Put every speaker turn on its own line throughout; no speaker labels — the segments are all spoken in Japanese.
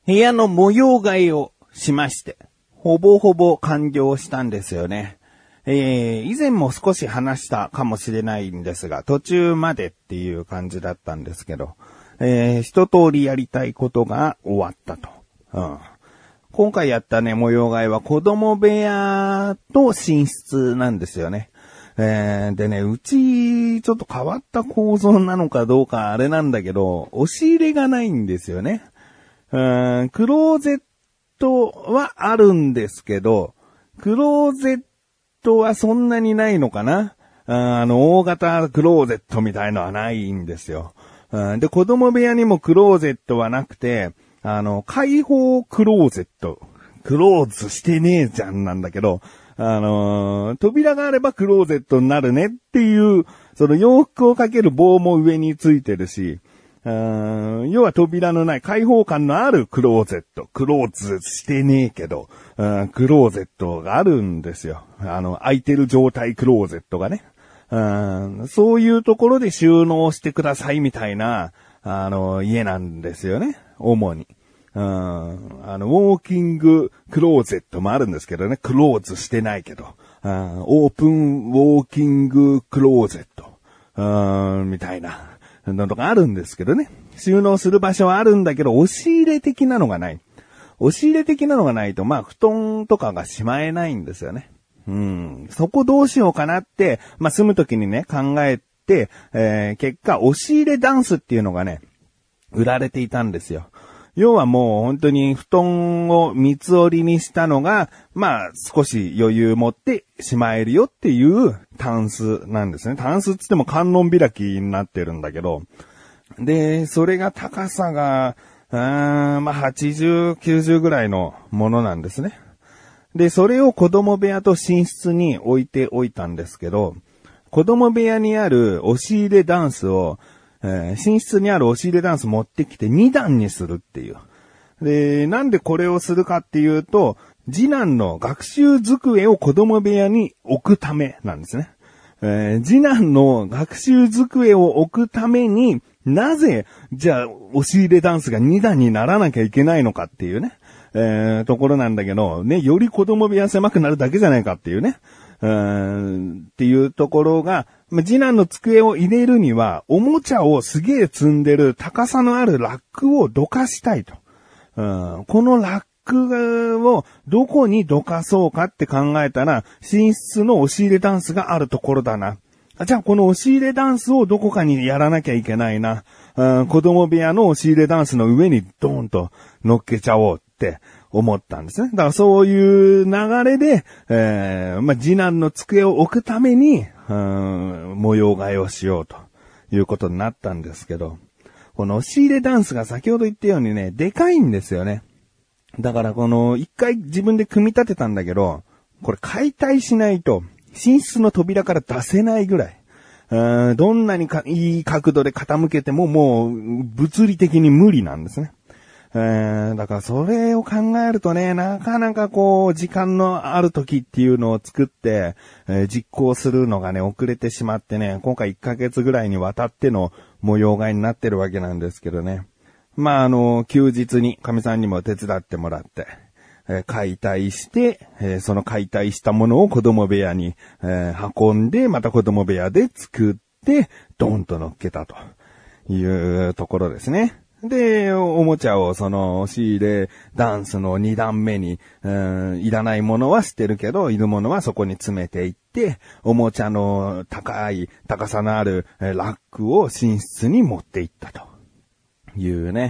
部屋の模様替えをしまして、ほぼほぼ完了したんですよね。以前も少し話したかもしれないんですが、途中までっていう感じだったんですけど、一通りやりたいことが終わったと。今回やったね、模様替えは子供部屋と寝室なんですよね。でね、うち、ちょっと変わった構造なのかどうかあれなんだけど、押し入れがないんですよね。クローゼットはあるんですけど、クローゼットはそんなにないのかな？大型クローゼットみたいのはないんですよ。で、子供部屋にもクローゼットはなくて、開放クローゼット。クローズしてねえじゃんなんだけど、扉があればクローゼットになるねっていう、その洋服をかける棒も上についてるし、要は扉のない開放感のあるクローゼット。クローズしてねえけど、クローゼットがあるんですよ。空いてる状態クローゼットがね。そういうところで収納してくださいみたいな、家なんですよね。主に。ウォーキングクローゼットもあるんですけどね。クローズしてないけど。オープンウォーキングクローゼット。みたいなのとかあるんですけどね。収納する場所はあるんだけど、押し入れ的なのがない。押し入れ的なのがないと、布団とかがしまえないんですよね。そこどうしようかなって、住むときにね、考えて、結果、押し入れダンスっていうのがね、売られていたんですよ。要はもう本当に布団を三つ折りにしたのが、少し余裕持ってしまえるよっていうタンスなんですね。タンスって言っても観音開きになってるんだけど。で、それが高さが、80、90ぐらいのものなんですね。で、それを子供部屋と寝室に置いておいたんですけど、子供部屋にある押し入れダンスを、寝室にある押し入れダンス持ってきて2段にするっていう。で、なんでこれをするかっていうと、次男の学習机を子供部屋に置くためなんですね。次男の学習机を置くために、なぜ、じゃあ、押し入れダンスが2段にならなきゃいけないのかっていうね、ところなんだけど、ね、より子供部屋狭くなるだけじゃないかっていうね。っていうところが、次男の机を入れるには、おもちゃをすげえ積んでる高さのあるラックをどかしたいと。このラックをどこにどかそうかって考えたら、寝室の押し入れダンスがあるところだな。じゃあこの押し入れダンスをどこかにやらなきゃいけないな。子供部屋の押し入れダンスの上にドーンと乗っけちゃおうって思ったんですね。だからそういう流れで、次男の机を置くために、模様替えをしようということになったんですけど、この押し入れダンスが先ほど言ったようにね、でかいんですよね。だから一回自分で組み立てたんだけど、これ解体しないと、寝室の扉から出せないぐらい。どんなにいい角度で傾けてももう物理的に無理なんですね。だからそれを考えるとね、なかなか時間のある時っていうのを作って、実行するのがね、遅れてしまってね、今回1ヶ月ぐらいにわたっての模様替えになってるわけなんですけどね。休日に神さんにも手伝ってもらって、解体して、その解体したものを子供部屋に、運んで、また子供部屋で作って、ドンと乗っけたというところですね。で、おもちゃを押し入れダンスの2段目に、いらないものは捨てるけど、いるものはそこに詰めていって、おもちゃの高さのあるラックを寝室に持っていったというね。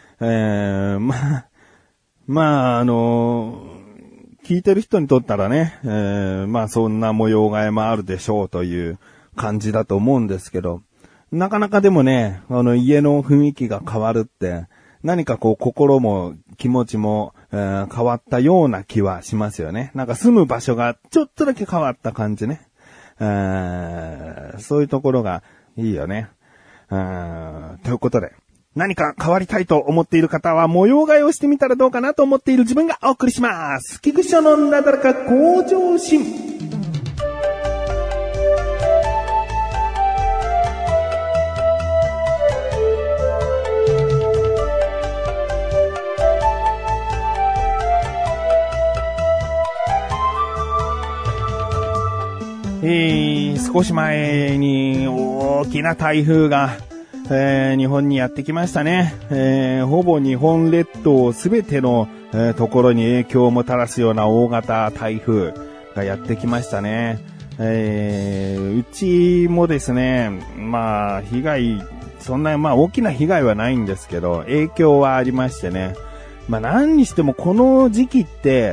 聞いてる人にとったらね、そんな模様替えもあるでしょうという感じだと思うんですけど、なかなかでもね、家の雰囲気が変わるって、何か心も気持ちも、変わったような気はしますよね。なんか住む場所がちょっとだけ変わった感じね。そういうところがいいよね。ということで、何か変わりたいと思っている方は模様替えをしてみたらどうかなと思っている自分がお送りします。菊池のなだらか向上心。 少し前に大きな台風が、日本にやってきましたね。ほぼ日本列島すべての、ところに影響をもたらすような大型台風がやってきましたね。うちもですね、まあ被害、そんな大きな被害はないんですけど、影響はありましてね。まあ何にしてもこの時期って、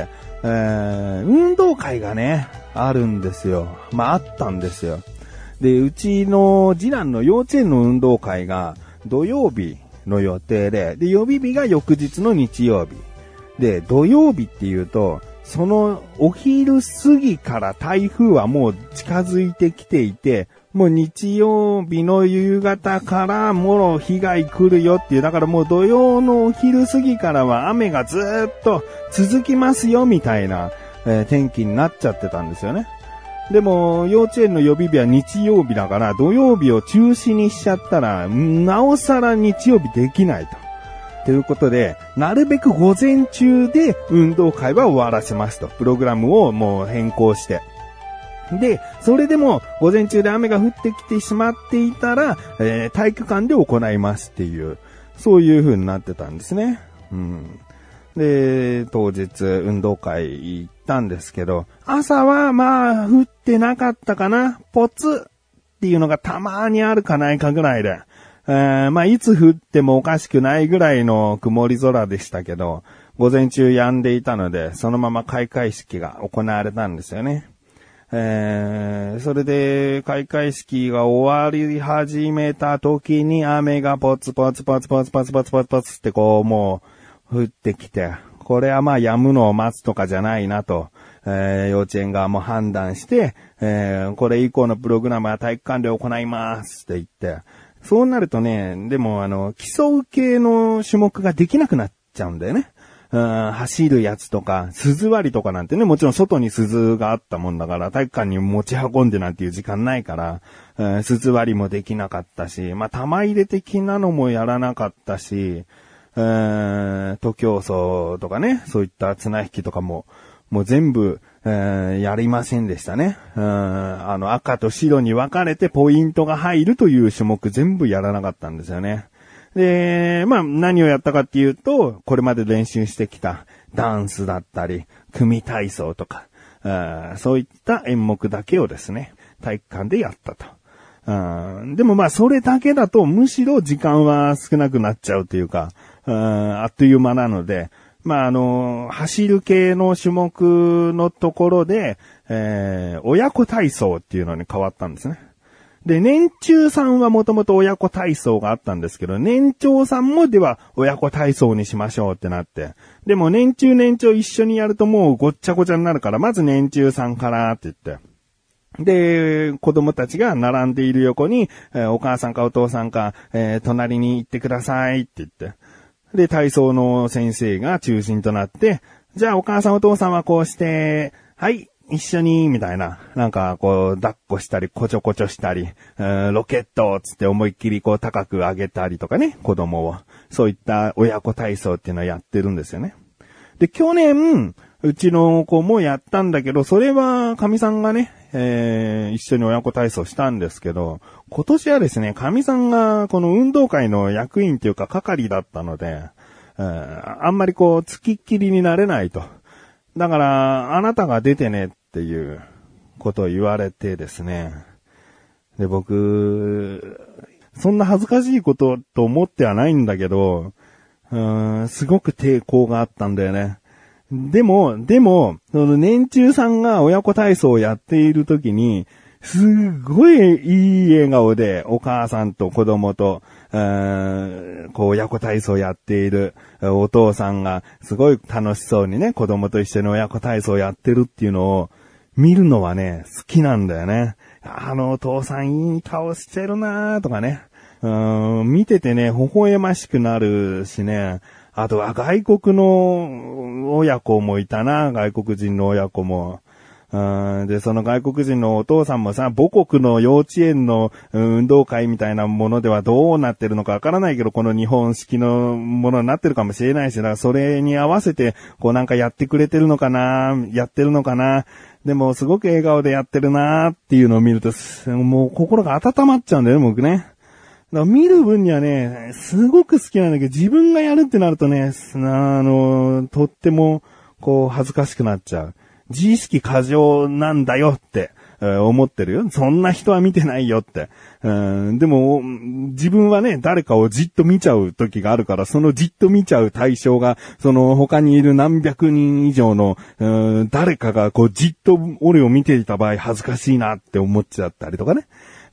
運動会がね、あるんですよ。あったんですよ。で、うちの次男の幼稚園の運動会が土曜日の予定で、予備日が翌日の日曜日。で、土曜日っていうと、そのお昼過ぎから台風はもう近づいてきていて、もう日曜日の夕方からもろ被害来るよっていう、だからもう土曜のお昼過ぎからは雨がずーっと続きますよみたいな、天気になっちゃってたんですよね。でも、幼稚園の予備日は日曜日だから、土曜日を中止にしちゃったら、なおさら日曜日できないと。ということで、なるべく午前中で運動会は終わらせますと。プログラムをもう変更して。で、それでも午前中で雨が降ってきてしまっていたら、体育館で行いますっていう、そういう風になってたんですね。で、当日運動会行ったんですけど、朝は降ってなかったかな。ポツっていうのがたまーにあるかないかぐらいで。いつ降ってもおかしくないぐらいの曇り空でしたけど、午前中止んでいたので、そのまま開会式が行われたんですよね。それで開会式が終わり始めた時に雨がポツポツポツポツポツポツポツポツってこうもう降ってきて、これは止むのを待つとかじゃないなと、幼稚園側も判断して、これ以降のプログラムは体育館で行いますって言って、そうなるとね、でも競う系の種目ができなくなっちゃうんだよね。走るやつとか、鈴割りとかなんてね、もちろん外に鈴があったもんだから、体育館に持ち運んでなんていう時間ないから、鈴割りもできなかったし、玉入れ的なのもやらなかったし、徒競走とかね、そういった綱引きとかもう全部、やりませんでしたね。赤と白に分かれてポイントが入るという種目全部やらなかったんですよね。で、何をやったかっていうと、これまで練習してきたダンスだったり、組体操とか、そういった演目だけをですね、体育館でやったと。でもそれだけだとむしろ時間は少なくなっちゃうというか、あっという間なので、走る系の種目のところで、親子体操っていうのに変わったんですね。で、年中さんはもともと親子体操があったんですけど、年長さんもでは親子体操にしましょうってなって。でも年中年長一緒にやるともうごっちゃごちゃになるから、まず年中さんからって言って。で、子供たちが並んでいる横に、お母さんかお父さんか、隣に行ってくださいって言って。で、体操の先生が中心となって、じゃあお母さんお父さんはこうして、はい、一緒に、みたいな。抱っこしたり、こちょこちょしたり、ロケットつって思いっきり高く上げたりとかね、子供を。そういった親子体操っていうのをやってるんですよね。で、去年、うちの子もやったんだけど、それは、神さんがね、一緒に親子体操したんですけど、今年はですね、神さんがこの運動会の役員というか係だったので、あんまり付きっきりになれないと。だから、あなたが出てねっていうことを言われてですね。で、僕、そんな恥ずかしいことと思ってはないんだけど、すごく抵抗があったんだよね。でも、その年中さんが親子体操をやっているときに、すごいいい笑顔でお母さんと子供と、親子体操やっているお父さんがすごい楽しそうにね、子供と一緒に親子体操やってるっていうのを見るのはね、好きなんだよね。お父さんいい顔してるなーとかね。見ててね、微笑ましくなるしね。あとは外国の親子もいたな、外国人の親子も。 で、その外国人のお父さんもさ、母国の幼稚園の運動会みたいなものではどうなってるのかわからないけど、この日本式のものになってるかもしれないし、だからそれに合わせて、こうなんかやってくれてるのかな、やってるのかな、でもすごく笑顔でやってるなっていうのを見ると、もう心が温まっちゃうんだよね、僕ね。だから見る分にはね、すごく好きなんだけど、自分がやるってなるとね、とっても、こう恥ずかしくなっちゃう。自意識過剰なんだよって、思ってるよ。そんな人は見てないよって。でも、自分はね、誰かをじっと見ちゃう時があるから、そのじっと見ちゃう対象が、その他にいる何百人以上の、誰かがこうじっと俺を見ていた場合恥ずかしいなって思っちゃったりとかね。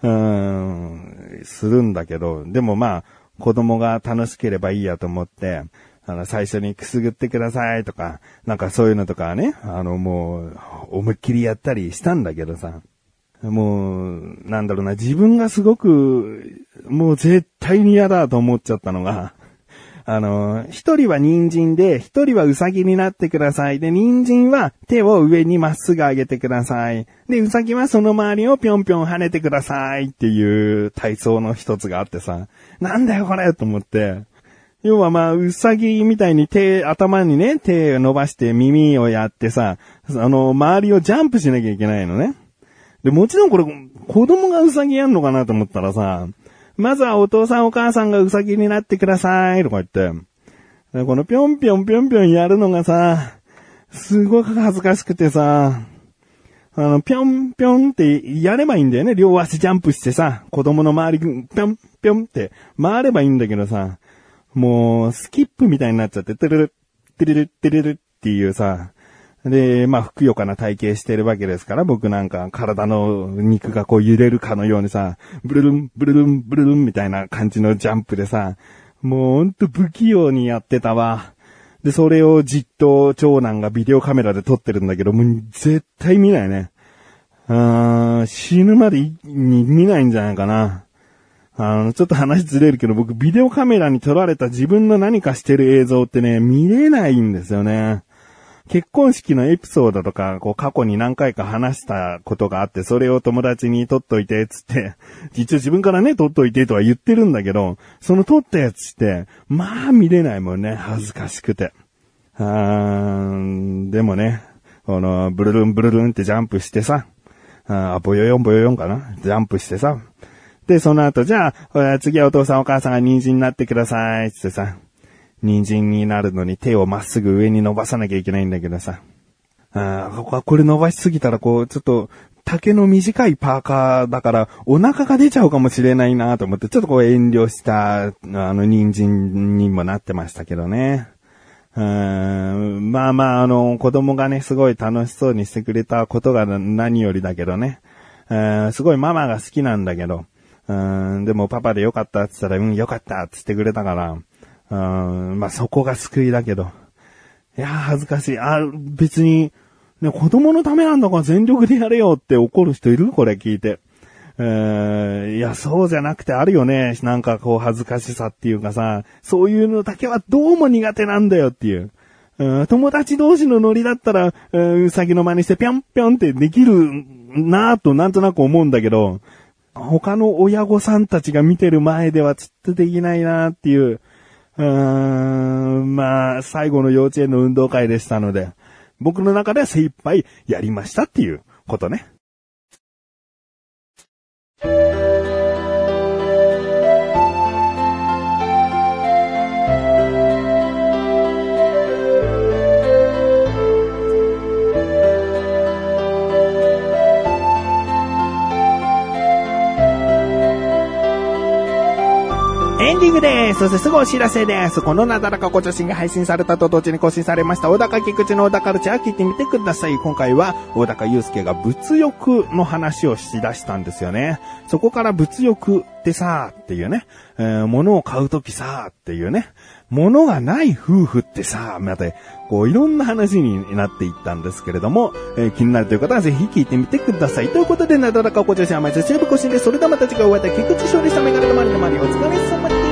するんだけど、でもまあ、子供が楽しければいいやと思って、最初にくすぐってくださいとか、なんかそういうのとかね、もう、思いっきりやったりしたんだけどさ、もう、なんだろうな、自分がすごく、もう絶対に嫌だと思っちゃったのが、一人は人参で、一人はウサギになってください。で、人参は手を上にまっすぐ上げてください。で、ウサギはその周りをぴょんぴょん跳ねてくださいっていう体操の一つがあってさ、なんだよこれと思って、要はまあ、うさぎみたいに頭にね、手を伸ばして耳をやってさ、周りをジャンプしなきゃいけないのね。で、もちろんこれ、子供がうさぎやんのかなと思ったらさ、まずはお父さんお母さんがうさぎになってくださいとか言って、でこのぴょんぴょんぴょんぴょんやるのがさ、すごく恥ずかしくてさ、ぴょんぴょんってやればいいんだよね。両足ジャンプしてさ、子供の周り、ぴょんぴょんって回ればいいんだけどさ、もう、スキップみたいになっちゃって、てるる、てるる、てるるっていうさ、で、まあ、ふくよかな体型してるわけですから、僕なんか体の肉がこう揺れるかのようにさ、ブルルン、ブルルン、ブルルンみたいな感じのジャンプでさ、もうほんと不器用にやってたわ。で、それをじっと長男がビデオカメラで撮ってるんだけど、もう絶対見ないね。死ぬまでに見ないんじゃないかな。ちょっと話ずれるけど、僕ビデオカメラに撮られた自分の何かしてる映像ってね、見れないんですよね。結婚式のエピソードとか、こう過去に何回か話したことがあって、それを友達に撮っといて、つって、一応自分からね、撮っといてとは言ってるんだけど、その撮ったやつって、まあ見れないもんね、恥ずかしくて。でもね、この、ブルルンブルルンってジャンプしてさ、ボヨヨンボヨヨンかなジャンプしてさ、で、その後、じゃあ、次はお父さんお母さんが人参になってください、つってさ、人参になるのに手をまっすぐ上に伸ばさなきゃいけないんだけどさ、これ伸ばしすぎたらこう、ちょっと、丈の短いパーカーだから、お腹が出ちゃうかもしれないなと思って、ちょっとこう遠慮した、人参にもなってましたけどね。まあまあ、子供がね、すごい楽しそうにしてくれたことが何よりだけどね。すごいママが好きなんだけど、でもパパでよかったって言ったら、よかったって言ってくれたから、まあそこが救いだけど。いやー恥ずかしい。別に、ね、子供のためなんだから全力でやれよって怒る人いる？これ聞いて。いや、そうじゃなくてあるよね。なんかこう恥ずかしさっていうかさ、そういうのだけはどうも苦手なんだよっていう。友達同士のノリだったら、うさぎの真似してぴょんぴょんってできるなぁとなんとなく思うんだけど、他の親御さんたちが見てる前ではちょっとできないなっていう。まあ、最後の幼稚園の運動会でしたので、僕の中では精一杯やりましたっていうことね。エンディングです。そしてすぐお知らせです。このなだらかご女子が配信されたと同時に更新されました小高菊池の小高カルチャー聞いてみてください。今回は小高祐介が物欲の話をしだしたんですよね。そこから物欲ってさっていうね、物を買うときさっていうね、物がない夫婦ってさ、またこういろんな話になっていったんですけれども、気になるという方はぜひ聞いてみてください。ということでなだらかご女子は毎週更新で、それではまた次回お会いいたい菊池勝利したメガネの周りの周りお疲れ様です。